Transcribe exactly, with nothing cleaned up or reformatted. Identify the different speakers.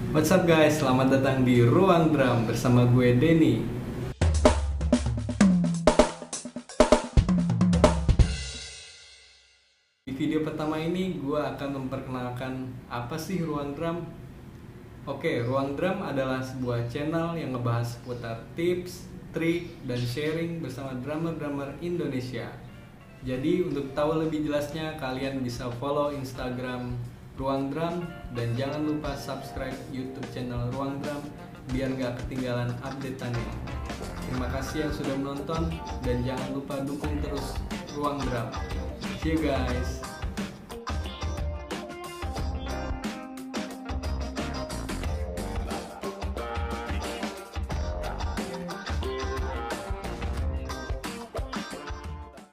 Speaker 1: What's up guys, selamat datang di Ruang Drum bersama gue Denny. Di video pertama ini gue akan memperkenalkan apa sih Ruang Drum. Oke, Ruang Drum adalah sebuah channel yang ngebahas seputar tips, trik, dan sharing bersama drummer-drummer Indonesia. Jadi untuk tahu lebih jelasnya kalian bisa follow Instagram Ruang Drum dan jangan lupa subscribe YouTube channel Ruang Drum biar gak ketinggalan update-annya. Terima kasih yang sudah menonton dan jangan lupa dukung terus Ruang Drum. See you guys.